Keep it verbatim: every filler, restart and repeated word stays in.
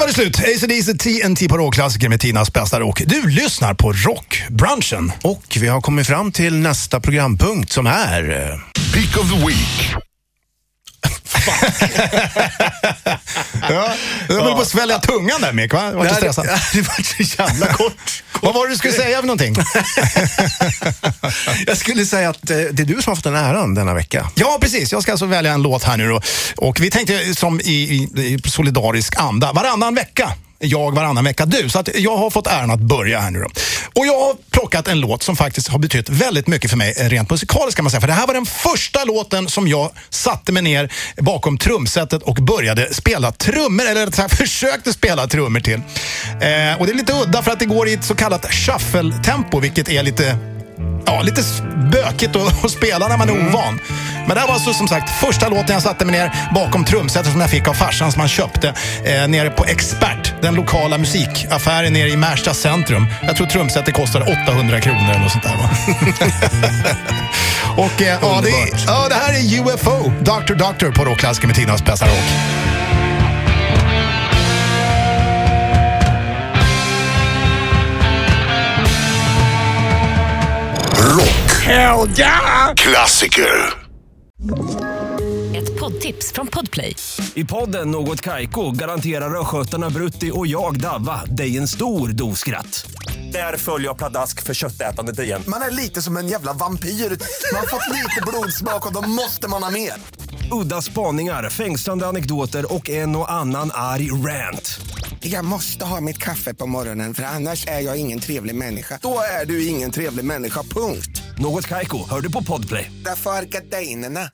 det slut. A C D C T N T på rockklassiker med Tinas bästa rock. Du lyssnar på Rockbranschen. Och vi har kommit fram till nästa programpunkt som är... Pick of the Week. Ja, du höll på att svälja tungan där, Mick, va? Var du stressad? Det var så jävla kort. Vad var det du skulle säga för någonting? Jag skulle säga att eh, det är du som har fått den äran denna vecka. Ja, precis. Jag ska alltså välja en låt här nu då. Och vi tänkte som i, i, i solidarisk anda. Varannan vecka. Jag varannan vecka du. Så att jag har fått äran att börja här nu då. Och jag har plockat en låt som faktiskt har betytt väldigt mycket för mig rent musikaliskt kan man säga. För det här var den första låten som jag satte mig ner bakom trumsetet och började spela trummor. Eller rätt sagt, försökte spela trummor till. Eh, och det är lite udda för att det går i ett så kallat shuffle-tempo, vilket är lite... Ja, lite bökigt att, att spela när man är ovan. Men det här var alltså som sagt första låten jag satte mig ner bakom trumsetet som jag fick av farsan som han köpte eh, nere på Expert, den lokala musikaffären nere i Märsta centrum. Jag tror trumsetet kostade åttahundra kronor eller något sånt där, va? Och eh, ja, det, ja, det här är U F O, Doctor Doctor på rockklassiker med Tinas bästa rock. Rock. Hell yeah! Klassiker. Ett poddtips från Podplay. I podden Något Kaiko garanterar röskötarna Brutti och jag Davva dig en stor doskratt. Där följer jag pladask för köttätandet igen. Man är lite som en jävla vampyr. Man har fått lite blodsmak och då måste man ha mer. Udda spaningar, fängslande anekdoter och en och annan arg rant. Jag måste ha mitt kaffe på morgonen för annars är jag ingen trevlig människa. Då är du ingen trevlig människa, punkt. Något Kaiko, hör du på Podplay. Därför är gardinerna.